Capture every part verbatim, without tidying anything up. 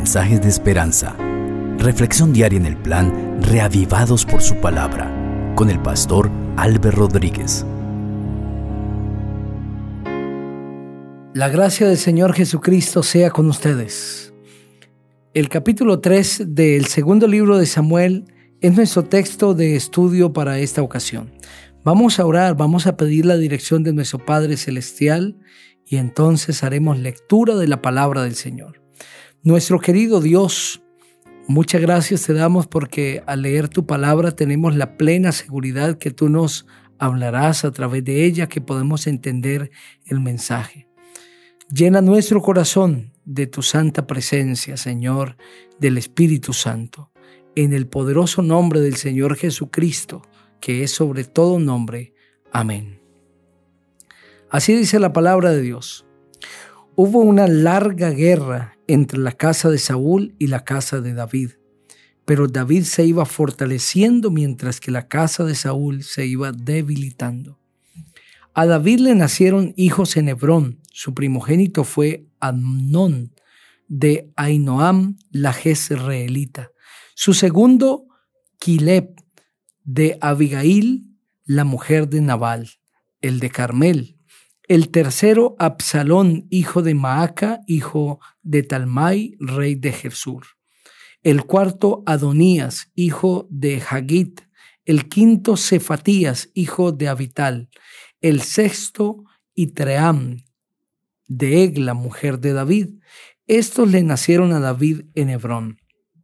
mensajes de esperanza. Reflexión diaria en el plan Reavivados por su palabra, con el pastor Álvaro Rodríguez. La gracia del Señor Jesucristo sea con ustedes. El capítulo tres del segundo libro de Samuel es nuestro texto de estudio para esta ocasión. Vamos a orar, vamos a pedir la dirección de nuestro Padre Celestial y entonces haremos lectura de la palabra del Señor. Nuestro querido Dios, muchas gracias te damos porque al leer tu palabra tenemos la plena seguridad que tú nos hablarás a través de ella, que podemos entender el mensaje. Llena nuestro corazón de tu santa presencia, Señor, del Espíritu Santo, en el poderoso nombre del Señor Jesucristo, que es sobre todo nombre. Amén. Así dice la palabra de Dios. Hubo una larga guerra entre la casa de Saúl y la casa de David, pero David se iba fortaleciendo mientras que la casa de Saúl se iba debilitando. A David le nacieron hijos en Hebrón. Su primogénito fue Amnón, de Ahinoam, la jezreelita. Su segundo, Quileb, de Abigail, la mujer de Nabal, el de Carmel. El tercero, Absalón, hijo de Maaca, hijo de Talmai, rey de Gesur. El cuarto, Adonías, hijo de Hagit. El quinto, Cefatías, hijo de Abital. El sexto, Itream, de Egla, mujer de David. Estos le nacieron a David en Hebrón.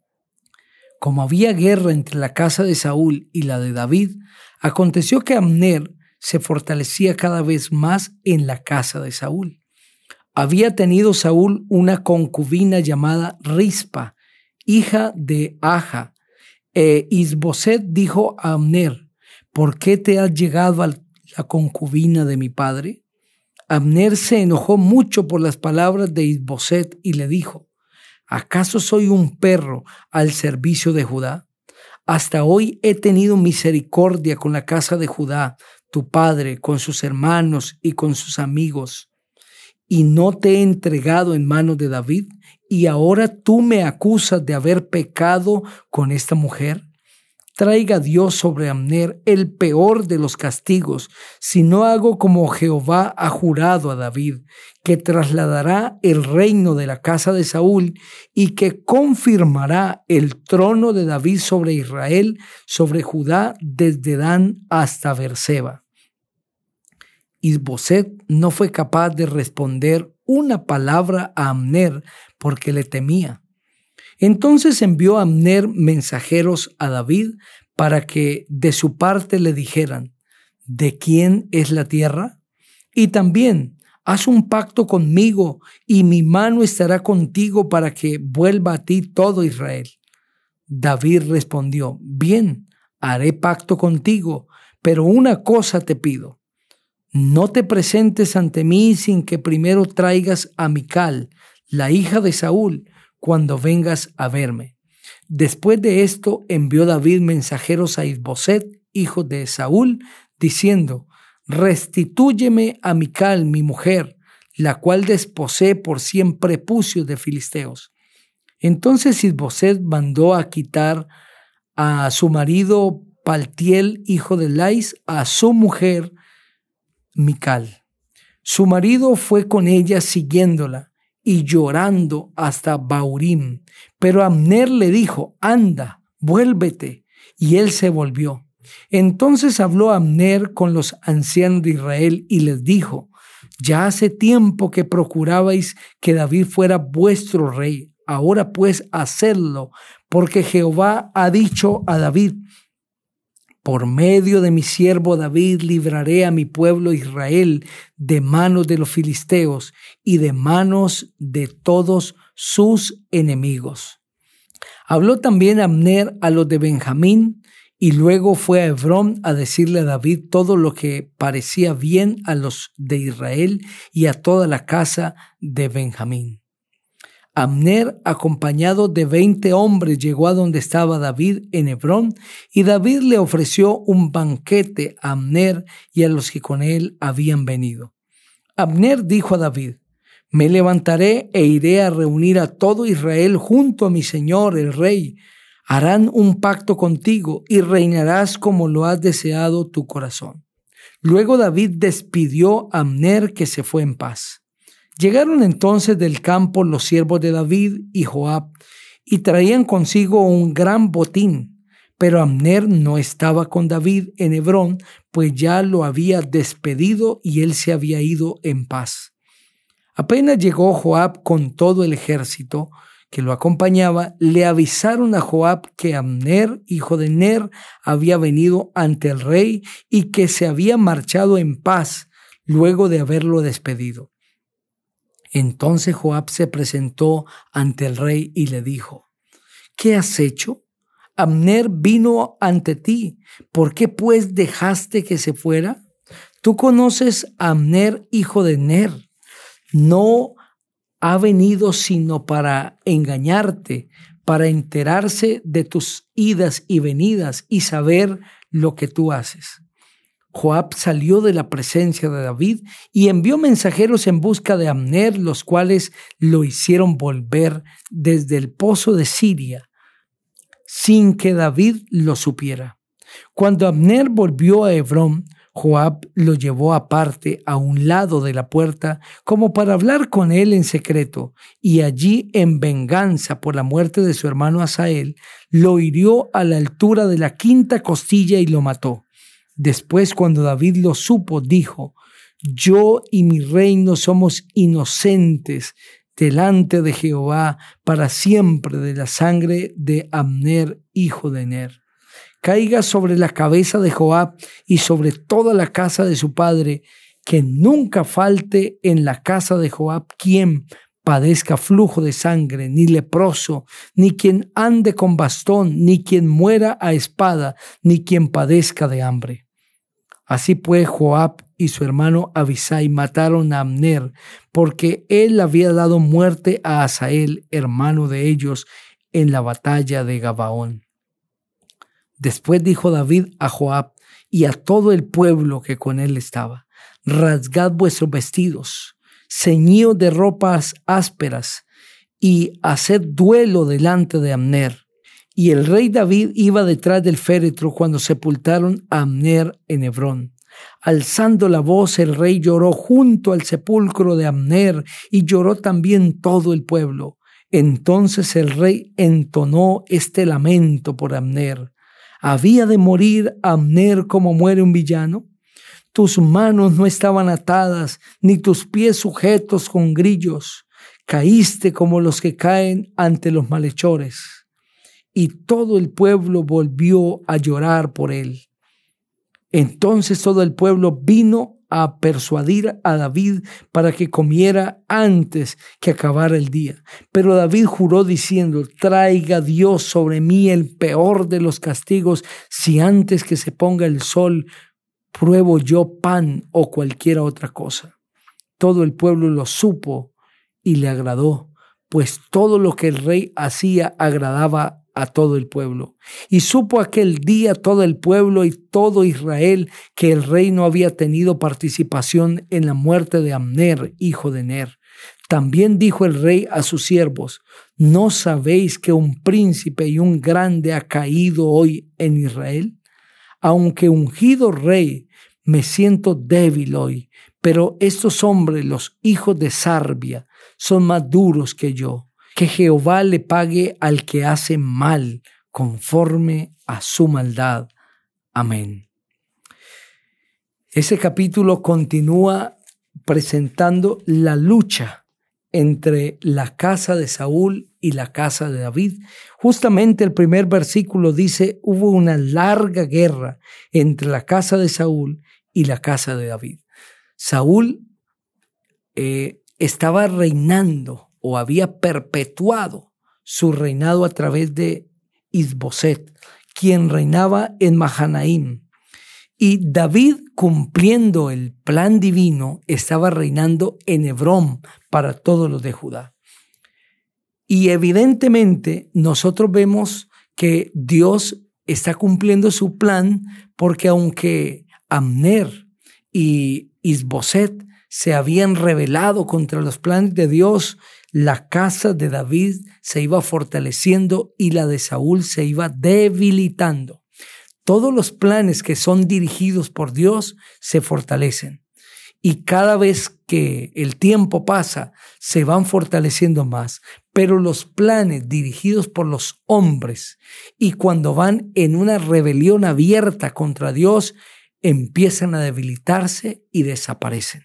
Como había guerra entre la casa de Saúl y la de David, aconteció que Abner se fortalecía cada vez más en la casa de Saúl. Había tenido Saúl una concubina llamada Rispa, hija de Aja. E Isboset dijo a Abner: ¿por qué te has llegado a la concubina de mi padre? Abner se enojó mucho por las palabras de Isboset y le dijo: ¿acaso soy un perro al servicio de Judá? Hasta hoy he tenido misericordia con la casa de Judá, tu padre, con sus hermanos y con sus amigos, y no te he entregado en manos de David, y ahora tú me acusas de haber pecado con esta mujer. Traiga Dios sobre Abner el peor de los castigos, si no hago como Jehová ha jurado a David, que trasladará el reino de la casa de Saúl y que confirmará el trono de David sobre Israel, sobre Judá, desde Dan hasta Beerseba. Isboset no fue capaz de responder una palabra a Abner porque le temía. Entonces envió a Abner mensajeros a David para que de su parte le dijeran: ¿de quién es la tierra? Y también: haz un pacto conmigo y mi mano estará contigo para que vuelva a ti todo Israel. David respondió: bien, haré pacto contigo, pero una cosa te pido. No te presentes ante mí sin que primero traigas a Mical, la hija de Saúl, cuando vengas a verme. Después de esto envió David mensajeros a Isboset, hijo de Saúl, diciendo: restitúyeme a Mical, mi mujer, la cual desposé por cien prepucios de filisteos. Entonces Isboset mandó a quitar a su marido Paltiel, hijo de Lais, a su mujer Mical. Su marido fue con ella siguiéndola y llorando hasta Baurim. Pero Abner le dijo: anda, vuélvete. Y él se volvió. Entonces habló Abner con los ancianos de Israel y les dijo: ya hace tiempo que procurabais que David fuera vuestro rey. Ahora pues hacedlo, porque Jehová ha dicho a David: por medio de mi siervo David libraré a mi pueblo Israel de manos de los filisteos y de manos de todos sus enemigos. Habló también Abner a los de Benjamín y luego fue a Hebrón a decirle a David todo lo que parecía bien a los de Israel y a toda la casa de Benjamín. Abner, acompañado de veinte hombres, llegó a donde estaba David en Hebrón, y David le ofreció un banquete a Abner y a los que con él habían venido. Abner dijo a David: Me levantaré e iré a reunir a todo Israel junto a mi señor, el rey. Harán un pacto contigo y reinarás como lo has deseado tu corazón. Luego David despidió a Abner, que se fue en paz. Llegaron entonces del campo los siervos de David y Joab, y traían consigo un gran botín. Pero Abner no estaba con David en Hebrón, pues ya lo había despedido y él se había ido en paz. Apenas llegó Joab con todo el ejército que lo acompañaba, le avisaron a Joab que Abner, hijo de Ner, había venido ante el rey y que se había marchado en paz luego de haberlo despedido. Entonces Joab se presentó ante el rey y le dijo: ¿Qué has hecho? Abner vino ante ti. ¿Por qué pues dejaste que se fuera? Tú conoces a Abner, hijo de Ner. No ha venido sino para engañarte, para enterarse de tus idas y venidas y saber lo que tú haces. Joab salió de la presencia de David y envió mensajeros en busca de Abner, los cuales lo hicieron volver desde el pozo de Siria, sin que David lo supiera. Cuando Abner volvió a Hebrón, Joab lo llevó aparte a un lado de la puerta como para hablar con él en secreto, y allí, en venganza por la muerte de su hermano Asael, lo hirió a la altura de la quinta costilla y lo mató. Después, cuando David lo supo, dijo: Yo y mi reino somos inocentes delante de Jehová para siempre de la sangre de Abner, hijo de Ner. Caiga sobre la cabeza de Joab y sobre toda la casa de su padre, que nunca falte en la casa de Joab quien padezca flujo de sangre, ni leproso, ni quien ande con bastón, ni quien muera a espada, ni quien padezca de hambre. Así pues, Joab y su hermano Abisai mataron a Abner, porque él había dado muerte a Asael, hermano de ellos, en la batalla de Gabaón. Después dijo David a Joab y a todo el pueblo que con él estaba: Rasgad vuestros vestidos, ceñíos de ropas ásperas y haced duelo delante de Abner. Y el rey David iba detrás del féretro cuando sepultaron a Abner en Hebrón. Alzando la voz, el rey lloró junto al sepulcro de Abner, y lloró también todo el pueblo. Entonces el rey entonó este lamento por Abner: ¿Había de morir Abner como muere un villano? Tus manos no estaban atadas, ni tus pies sujetos con grillos. Caíste como los que caen ante los malhechores. Y todo el pueblo volvió a llorar por él. Entonces todo el pueblo vino a persuadir a David para que comiera antes que acabara el día. Pero David juró diciendo: traiga Dios sobre mí el peor de los castigos, si antes que se ponga el sol pruebo yo pan o cualquier otra cosa. Todo el pueblo lo supo y le agradó, pues todo lo que el rey hacía agradaba a todo el pueblo. Y supo aquel día todo el pueblo y todo Israel que el rey no había tenido participación en la muerte de Abner, hijo de Ner. También dijo el rey a sus siervos: ¿no sabéis que un príncipe y un grande ha caído hoy en Israel? Aunque ungido rey, me siento débil hoy, pero estos hombres, los hijos de Sarbia, son más duros que yo. Que Jehová le pague al que hace mal conforme a su maldad. Amén. Ese capítulo continúa presentando la lucha entre la casa de Saúl y la casa de David. Justamente el primer versículo dice: hubo una larga guerra entre la casa de Saúl y la casa de David. Saúl eh, estaba reinando o había perpetuado su reinado a través de Isboset, quien reinaba en Mahanaim. Y David, cumpliendo el plan divino, estaba reinando en Hebrón para todos los de Judá. Y evidentemente nosotros vemos que Dios está cumpliendo su plan, porque aunque Abner y Isboset se habían rebelado contra los planes de Dios, la casa de David se iba fortaleciendo y la de Saúl se iba debilitando. Todos los planes que son dirigidos por Dios se fortalecen. Y cada vez que el tiempo pasa, se van fortaleciendo más. Pero los planes dirigidos por los hombres y cuando van en una rebelión abierta contra Dios, empiezan a debilitarse y desaparecen.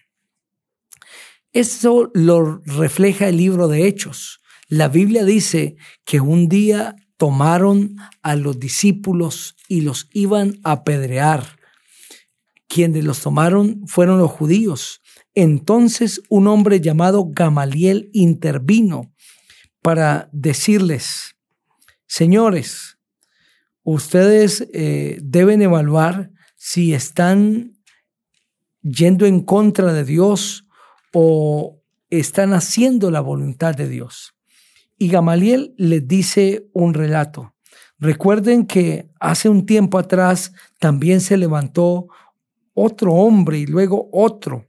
Eso lo refleja el libro de Hechos. La Biblia dice que un día tomaron a los discípulos y los iban a apedrear. Quienes los tomaron fueron los judíos. Entonces un hombre llamado Gamaliel intervino para decirles: señores, ustedes eh, deben evaluar si están yendo en contra de Dios o están haciendo la voluntad de Dios. Y Gamaliel les dice un relato. Recuerden que hace un tiempo atrás también se levantó otro hombre y luego otro.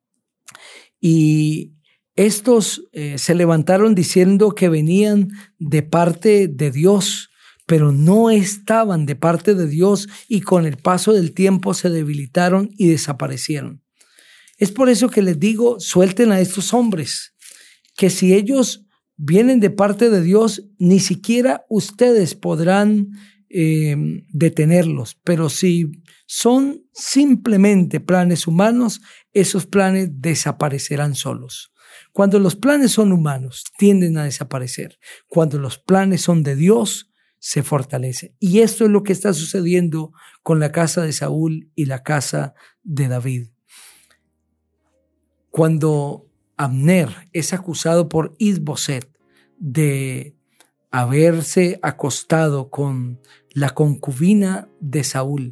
Y estos eh, se levantaron diciendo que venían de parte de Dios, pero no estaban de parte de Dios y con el paso del tiempo se debilitaron y desaparecieron. Es por eso que les digo, suelten a estos hombres, que si ellos vienen de parte de Dios, ni siquiera ustedes podrán eh, detenerlos, pero si son simplemente planes humanos, esos planes desaparecerán solos. Cuando los planes son humanos, tienden a desaparecer. Cuando los planes son de Dios, se fortalece. Y esto es lo que está sucediendo con la casa de Saúl y la casa de David. Cuando Abner es acusado por Isboset de haberse acostado con la concubina de Saúl,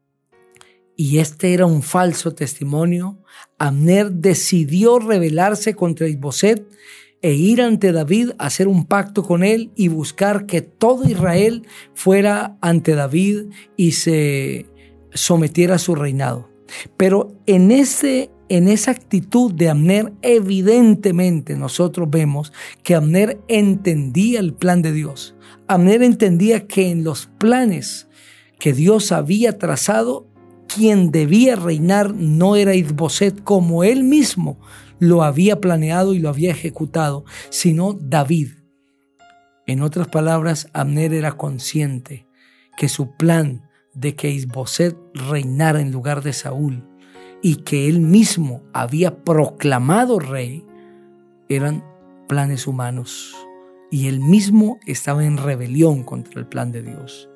y este era un falso testimonio, Abner decidió rebelarse contra Isboset e ir ante David a hacer un pacto con él y buscar que todo Israel fuera ante David y se sometiera a su reinado. Pero en, ese, en esa actitud de Abner, evidentemente nosotros vemos que Abner entendía el plan de Dios. Abner entendía que en los planes que Dios había trazado, quien debía reinar no era Isboset como él mismo lo había planeado y lo había ejecutado, sino David. En otras palabras, Abner era consciente que su plan de que Isboset reinara en lugar de Saúl y que él mismo había proclamado rey eran planes humanos y él mismo estaba en rebelión contra el plan de Dios.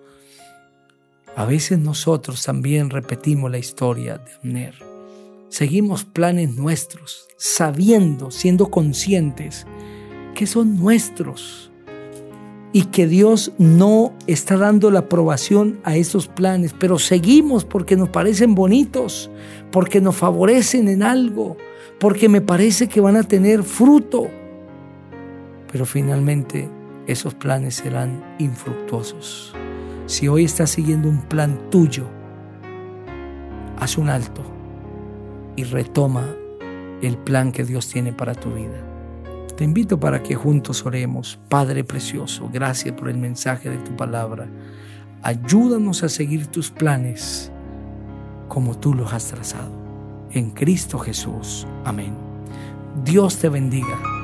A veces nosotros también repetimos la historia de Abner. Seguimos planes nuestros, sabiendo, siendo conscientes que son nuestros y que Dios no está dando la aprobación a esos planes, pero seguimos porque nos parecen bonitos, porque nos favorecen en algo, porque me parece que van a tener fruto. Pero finalmente esos planes serán infructuosos. Si hoy estás siguiendo un plan tuyo, haz un alto y retoma el plan que Dios tiene para tu vida. Te invito para que juntos oremos. Padre precioso, gracias por el mensaje de tu palabra. Ayúdanos a seguir tus planes como tú los has trazado. En Cristo Jesús. Amén. Dios te bendiga.